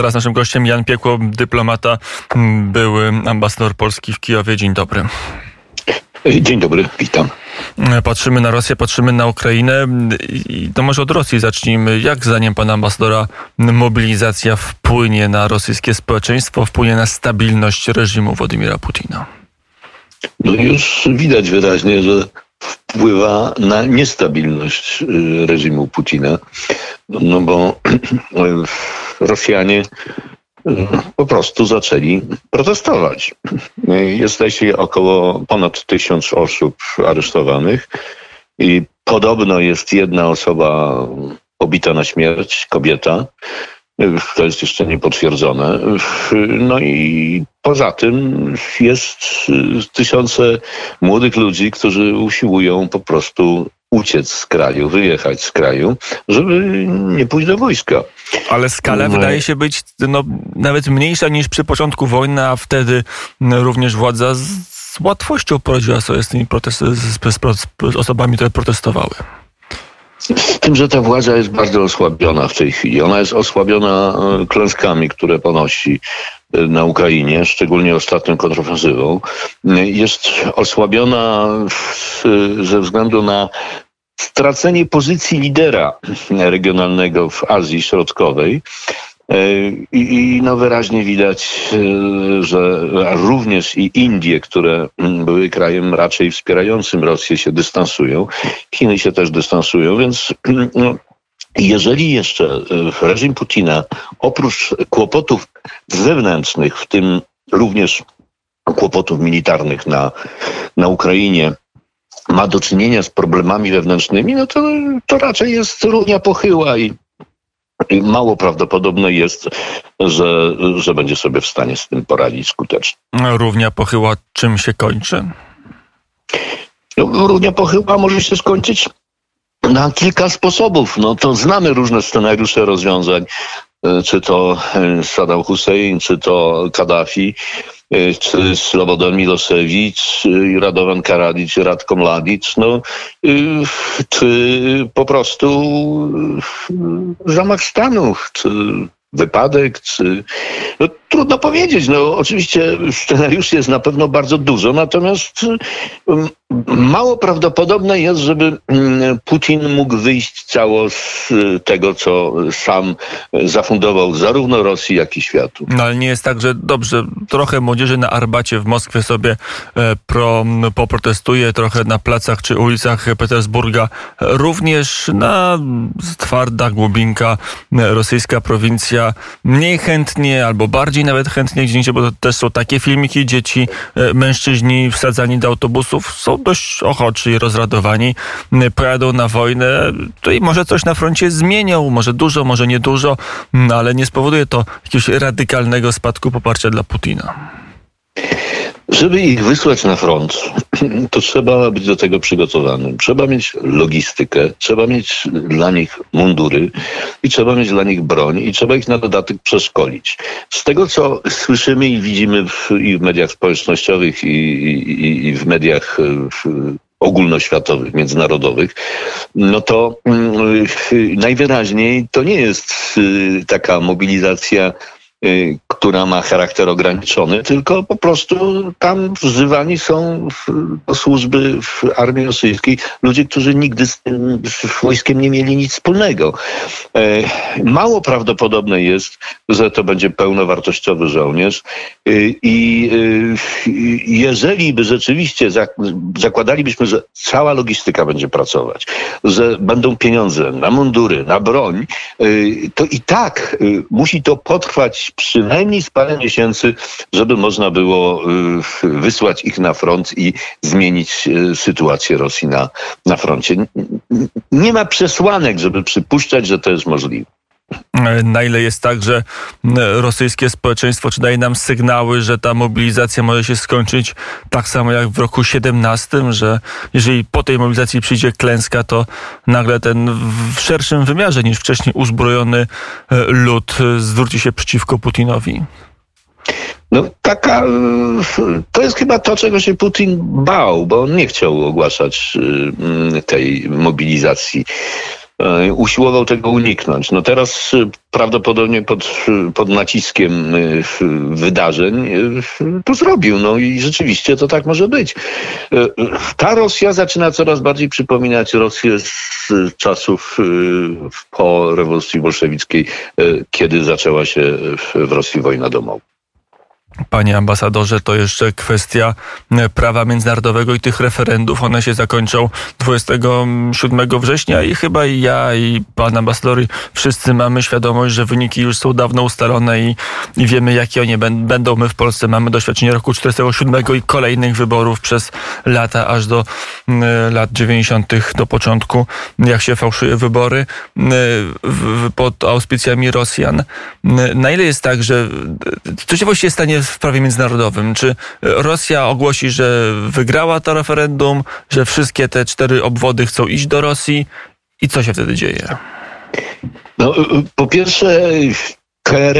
Teraz naszym gościem Jan Piekło, dyplomata, były ambasador Polski w Kijowie. Dzień dobry. Dzień dobry, witam. Patrzymy na Rosję, patrzymy na Ukrainę i to może od Rosji zacznijmy. Jak zdaniem pana ambasadora mobilizacja wpłynie na rosyjskie społeczeństwo, wpłynie na stabilność reżimu Władimira Putina? No już widać wyraźnie, że wpływa na niestabilność reżimu Putina, no bo Rosjanie po prostu zaczęli protestować. Jesteście około ponad 1000 osób aresztowanych i podobno jest jedna osoba pobita na śmierć, kobieta. To jest jeszcze niepotwierdzone. No i poza tym jest tysiące młodych ludzi, którzy usiłują po prostu uciec z kraju, wyjechać z kraju, żeby nie pójść do wojska. Ale skala wydaje się być nawet mniejsza niż przy początku wojny, a wtedy również władza z łatwością poradziła sobie z tymi z osobami, które protestowały. Z tym, że ta władza jest bardzo osłabiona w tej chwili. Ona jest osłabiona klęskami, które ponosi na Ukrainie, szczególnie ostatnią kontrofensywą. Jest osłabiona ze względu na stracenie pozycji lidera regionalnego w Azji Środkowej. I wyraźnie widać, że również i Indie, które były krajem raczej wspierającym Rosję, się dystansują. Chiny się też dystansują, więc jeżeli jeszcze reżim Putina oprócz kłopotów zewnętrznych, w tym również kłopotów militarnych na Ukrainie, ma do czynienia z problemami wewnętrznymi, no to raczej jest równia pochyła i mało prawdopodobne jest, że będzie sobie w stanie z tym poradzić skutecznie. Równia pochyła czym się kończy? Równia pochyła może się skończyć na kilka sposobów. No to znamy różne scenariusze rozwiązań, czy to Saddam Hussein, czy to Kaddafi, czy Slobodan Milošević, Radovan Karadzic, Ratko Mladic, czy po prostu zamach stanu, czy wypadek, czy... trudno powiedzieć. Oczywiście scenariuszy jest na pewno bardzo dużo, natomiast mało prawdopodobne jest, żeby Putin mógł wyjść cało z tego, co sam zafundował zarówno Rosji, jak i światu. No ale nie jest tak, że dobrze, trochę młodzieży na Arbacie w Moskwie sobie poprotestuje, trochę na placach czy ulicach Petersburga, również na Twarda, Głubinka, rosyjska prowincja, mniej chętnie albo bardziej nawet chętnie gdzieś, bo to też są takie filmiki, dzieci, mężczyźni wsadzani do autobusów są dość ochoczy i rozradowani, pojadą na wojnę, to i może coś na froncie zmienią, może dużo, może niedużo, ale nie spowoduje to jakiegoś radykalnego spadku poparcia dla Putina. Żeby ich wysłać na front, to trzeba być do tego przygotowanym. Trzeba mieć logistykę, trzeba mieć dla nich mundury i trzeba mieć dla nich broń i trzeba ich na dodatek przeszkolić. Z tego, co słyszymy i widzimy i w mediach społecznościowych i w mediach ogólnoświatowych, międzynarodowych, no to najwyraźniej to nie jest taka mobilizacja, która ma charakter ograniczony, tylko po prostu tam wzywani są do służby w armii rosyjskiej ludzie, którzy nigdy z tym wojskiem nie mieli nic wspólnego. Mało prawdopodobne jest, że to będzie pełnowartościowy żołnierz i jeżeli by rzeczywiście zakładalibyśmy, że cała logistyka będzie pracować, że będą pieniądze na mundury, na broń, to i tak musi to potrwać przynajmniej z parę miesięcy, żeby można było wysłać ich na front i zmienić sytuację Rosji na froncie. Nie ma przesłanek, żeby przypuszczać, że to jest możliwe. Na ile jest tak, że rosyjskie społeczeństwo czy daje nam sygnały, że ta mobilizacja może się skończyć tak samo jak w roku 17, że jeżeli po tej mobilizacji przyjdzie klęska, to nagle ten w szerszym wymiarze niż wcześniej uzbrojony lud zwróci się przeciwko Putinowi? To jest chyba to, czego się Putin bał, bo on nie chciał ogłaszać tej mobilizacji usiłował tego uniknąć. No teraz prawdopodobnie pod naciskiem wydarzeń to zrobił. No i rzeczywiście to tak może być. Ta Rosja zaczyna coraz bardziej przypominać Rosję z czasów po rewolucji bolszewickiej, kiedy zaczęła się w Rosji wojna domowa. Panie ambasadorze, to jeszcze kwestia prawa międzynarodowego i tych referendów. One się zakończą 27 września i chyba i ja, i pan ambasador, i wszyscy mamy świadomość, że wyniki już są dawno ustalone i wiemy, jakie one będą. My w Polsce mamy doświadczenie roku 47 i kolejnych wyborów przez lata, aż do lat 90. do początku, jak się fałszuje wybory pod auspicjami Rosjan. Na ile jest tak, że co się właściwie stanie w prawie międzynarodowym? Czy Rosja ogłosi, że wygrała to referendum, że wszystkie te 4 obwody chcą iść do Rosji i co się wtedy dzieje? No, po pierwsze, te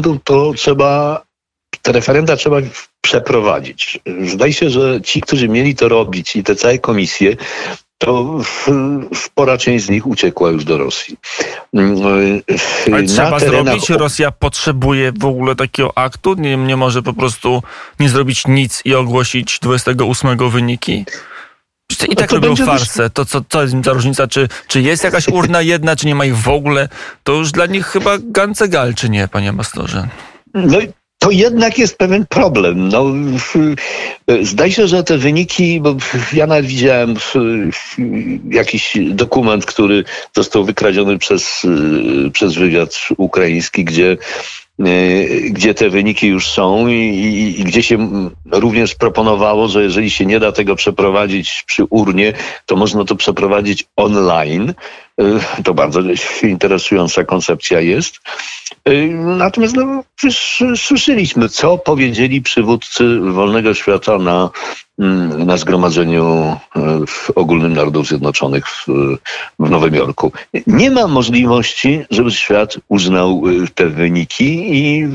referenda trzeba przeprowadzić. Zdaje się, że ci, którzy mieli to robić i te całe komisje, to spora część z nich uciekła już do Rosji. Ale trzeba zrobić? Rosja potrzebuje w ogóle takiego aktu? Nie może po prostu nie zrobić nic i ogłosić 28 wyniki? I tak robią farsę. To co jest ta różnica? Czy jest jakaś urna jedna, czy nie ma ich w ogóle? To już dla nich chyba gancegal, czy nie, panie ambasadorze? No to jednak jest pewien problem. No, zdaje się, że te wyniki, bo ja nawet widziałem jakiś dokument, który został wykradziony przez wywiad ukraiński, gdzie te wyniki już są i gdzie się również proponowało, że jeżeli się nie da tego przeprowadzić przy urnie, to można to przeprowadzić online. To bardzo interesująca koncepcja jest. Natomiast słyszeliśmy, co powiedzieli przywódcy wolnego świata na zgromadzeniu Ogólnym Narodów Zjednoczonych w Nowym Jorku. Nie ma możliwości, żeby świat uznał te wyniki i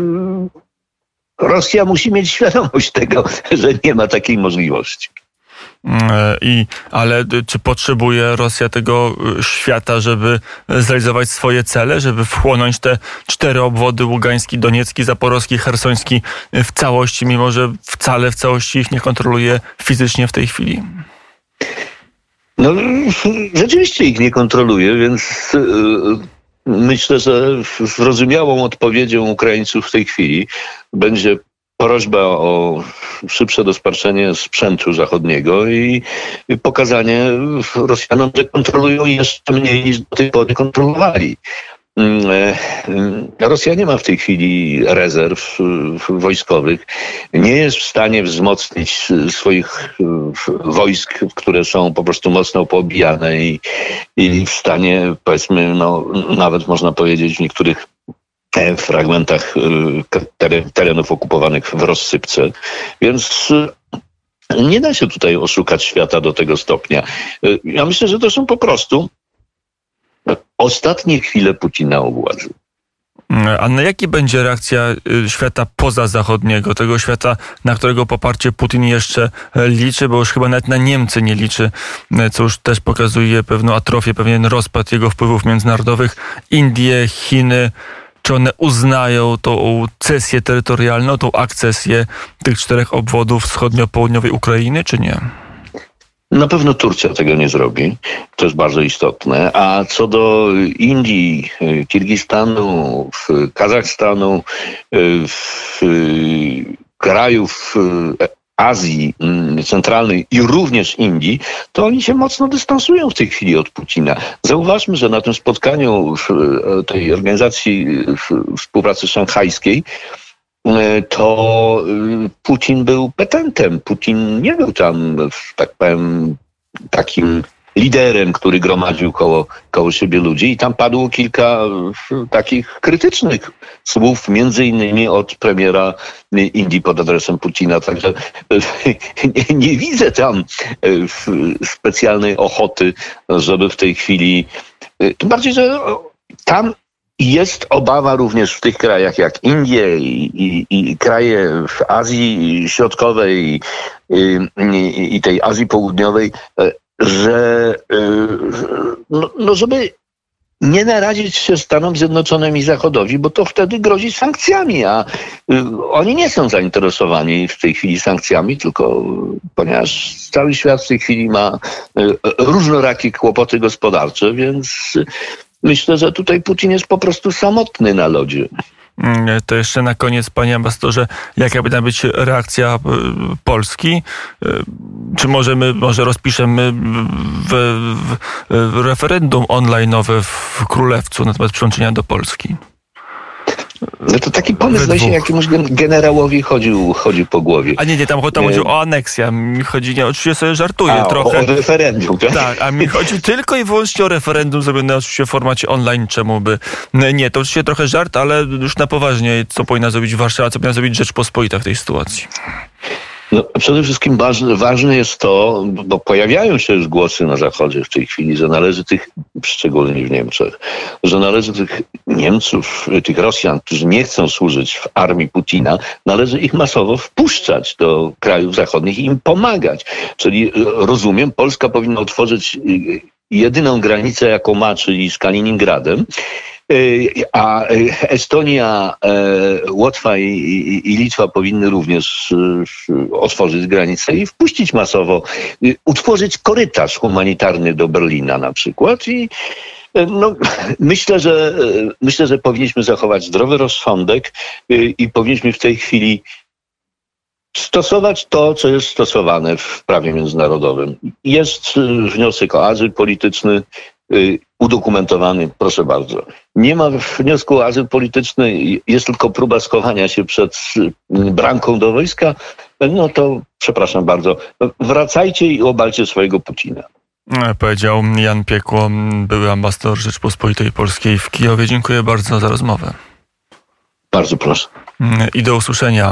Rosja musi mieć świadomość tego, że nie ma takiej możliwości. Ale czy potrzebuje Rosja tego świata, żeby zrealizować swoje cele, żeby wchłonąć te 4 obwody: ługański, doniecki, zaporowski, chersoński w całości, mimo że wcale w całości ich nie kontroluje fizycznie w tej chwili? No, rzeczywiście ich nie kontroluje, więc myślę, że zrozumiałą odpowiedzią Ukraińców w tej chwili będzie prośba o szybsze dostarczenie sprzętu zachodniego i pokazanie Rosjanom, że kontrolują jeszcze mniej niż do tej pory kontrolowali. Rosja nie ma w tej chwili rezerw wojskowych, nie jest w stanie wzmocnić swoich wojsk, które są po prostu mocno poobijane i w stanie, powiedzmy, no, nawet można powiedzieć w niektórych fragmentach terenów okupowanych w rozsypce. Więc nie da się tutaj oszukać świata do tego stopnia. Ja myślę, że to są po prostu ostatnie chwile Putina u władzy. A na jaki będzie reakcja świata pozazachodniego, tego świata, na którego poparcie Putin jeszcze liczy, bo już chyba nawet na Niemcy nie liczy, co już też pokazuje pewną atrofię, pewien rozpad jego wpływów międzynarodowych. Indie, Chiny, czy one uznają tą cesję terytorialną, tą akcesję tych 4 obwodów wschodnio-południowej Ukrainy, czy nie? Na pewno Turcja tego nie zrobi. To jest bardzo istotne. A co do Indii, Kirgistanu, Kazachstanu, krajów Azji Centralnej i również Indii, to oni się mocno dystansują w tej chwili od Putina. Zauważmy, że na tym spotkaniu tej Organizacji Współpracy Szanghajskiej to Putin był petentem. Putin nie był tam, tak powiem, takim liderem, który gromadził koło siebie ludzi i tam padło kilka takich krytycznych słów, między innymi od premiera Indii pod adresem Putina. Także nie widzę tam specjalnej ochoty, żeby w tej chwili, tym bardziej, że tam jest obawa również w tych krajach jak Indie i kraje w Azji Środkowej i tej Azji Południowej, że żeby nie narazić się Stanom Zjednoczonym i Zachodowi, bo to wtedy grozi sankcjami, a oni nie są zainteresowani w tej chwili sankcjami, tylko ponieważ cały świat w tej chwili ma różnorakie kłopoty gospodarcze, więc myślę, że tutaj Putin jest po prostu samotny na lodzie. To jeszcze na koniec, panie ambasadorze, jaka powinna być reakcja Polski? Czy może rozpiszemy referendum online'owe w Królewcu na temat przyłączenia do Polski? No to taki pomysł zdaje się jakiemuś generałowi chodził po głowie. A nie, tam chodzi o aneksję. Mi chodzi, oczywiście sobie żartuję trochę. O referendum, tak? Tak, a mi chodzi tylko i wyłącznie o referendum zrobione oczywiście w formacie online. Czemu by nie? To oczywiście trochę żart, ale już na poważnie, co powinna zrobić Warszawa, co powinna zrobić Rzeczpospolita w tej sytuacji? No, przede wszystkim ważne jest to, bo pojawiają się już głosy na Zachodzie w tej chwili, że należy szczególnie w Niemczech, że należy tych Niemców, tych Rosjan, którzy nie chcą służyć w armii Putina, należy ich masowo wpuszczać do krajów zachodnich i im pomagać. Czyli rozumiem, Polska powinna otworzyć jedyną granicę, jaką ma, czyli z Kaliningradem, a Estonia, Łotwa i Litwa powinny również otworzyć granicę i wpuścić masowo, utworzyć korytarz humanitarny do Berlina na przykład. I myślę, że powinniśmy zachować zdrowy rozsądek i powinniśmy w tej chwili stosować to, co jest stosowane w prawie międzynarodowym. Jest wniosek o azyl polityczny, udokumentowany, proszę bardzo. Nie ma wniosku o azyl polityczny, jest tylko próba schowania się przed bramką do wojska, no to przepraszam bardzo, wracajcie i obalcie swojego Putina. Powiedział Jan Piekło, były ambasador Rzeczpospolitej Polskiej w Kijowie. Dziękuję bardzo za rozmowę. Bardzo proszę. I do usłyszenia.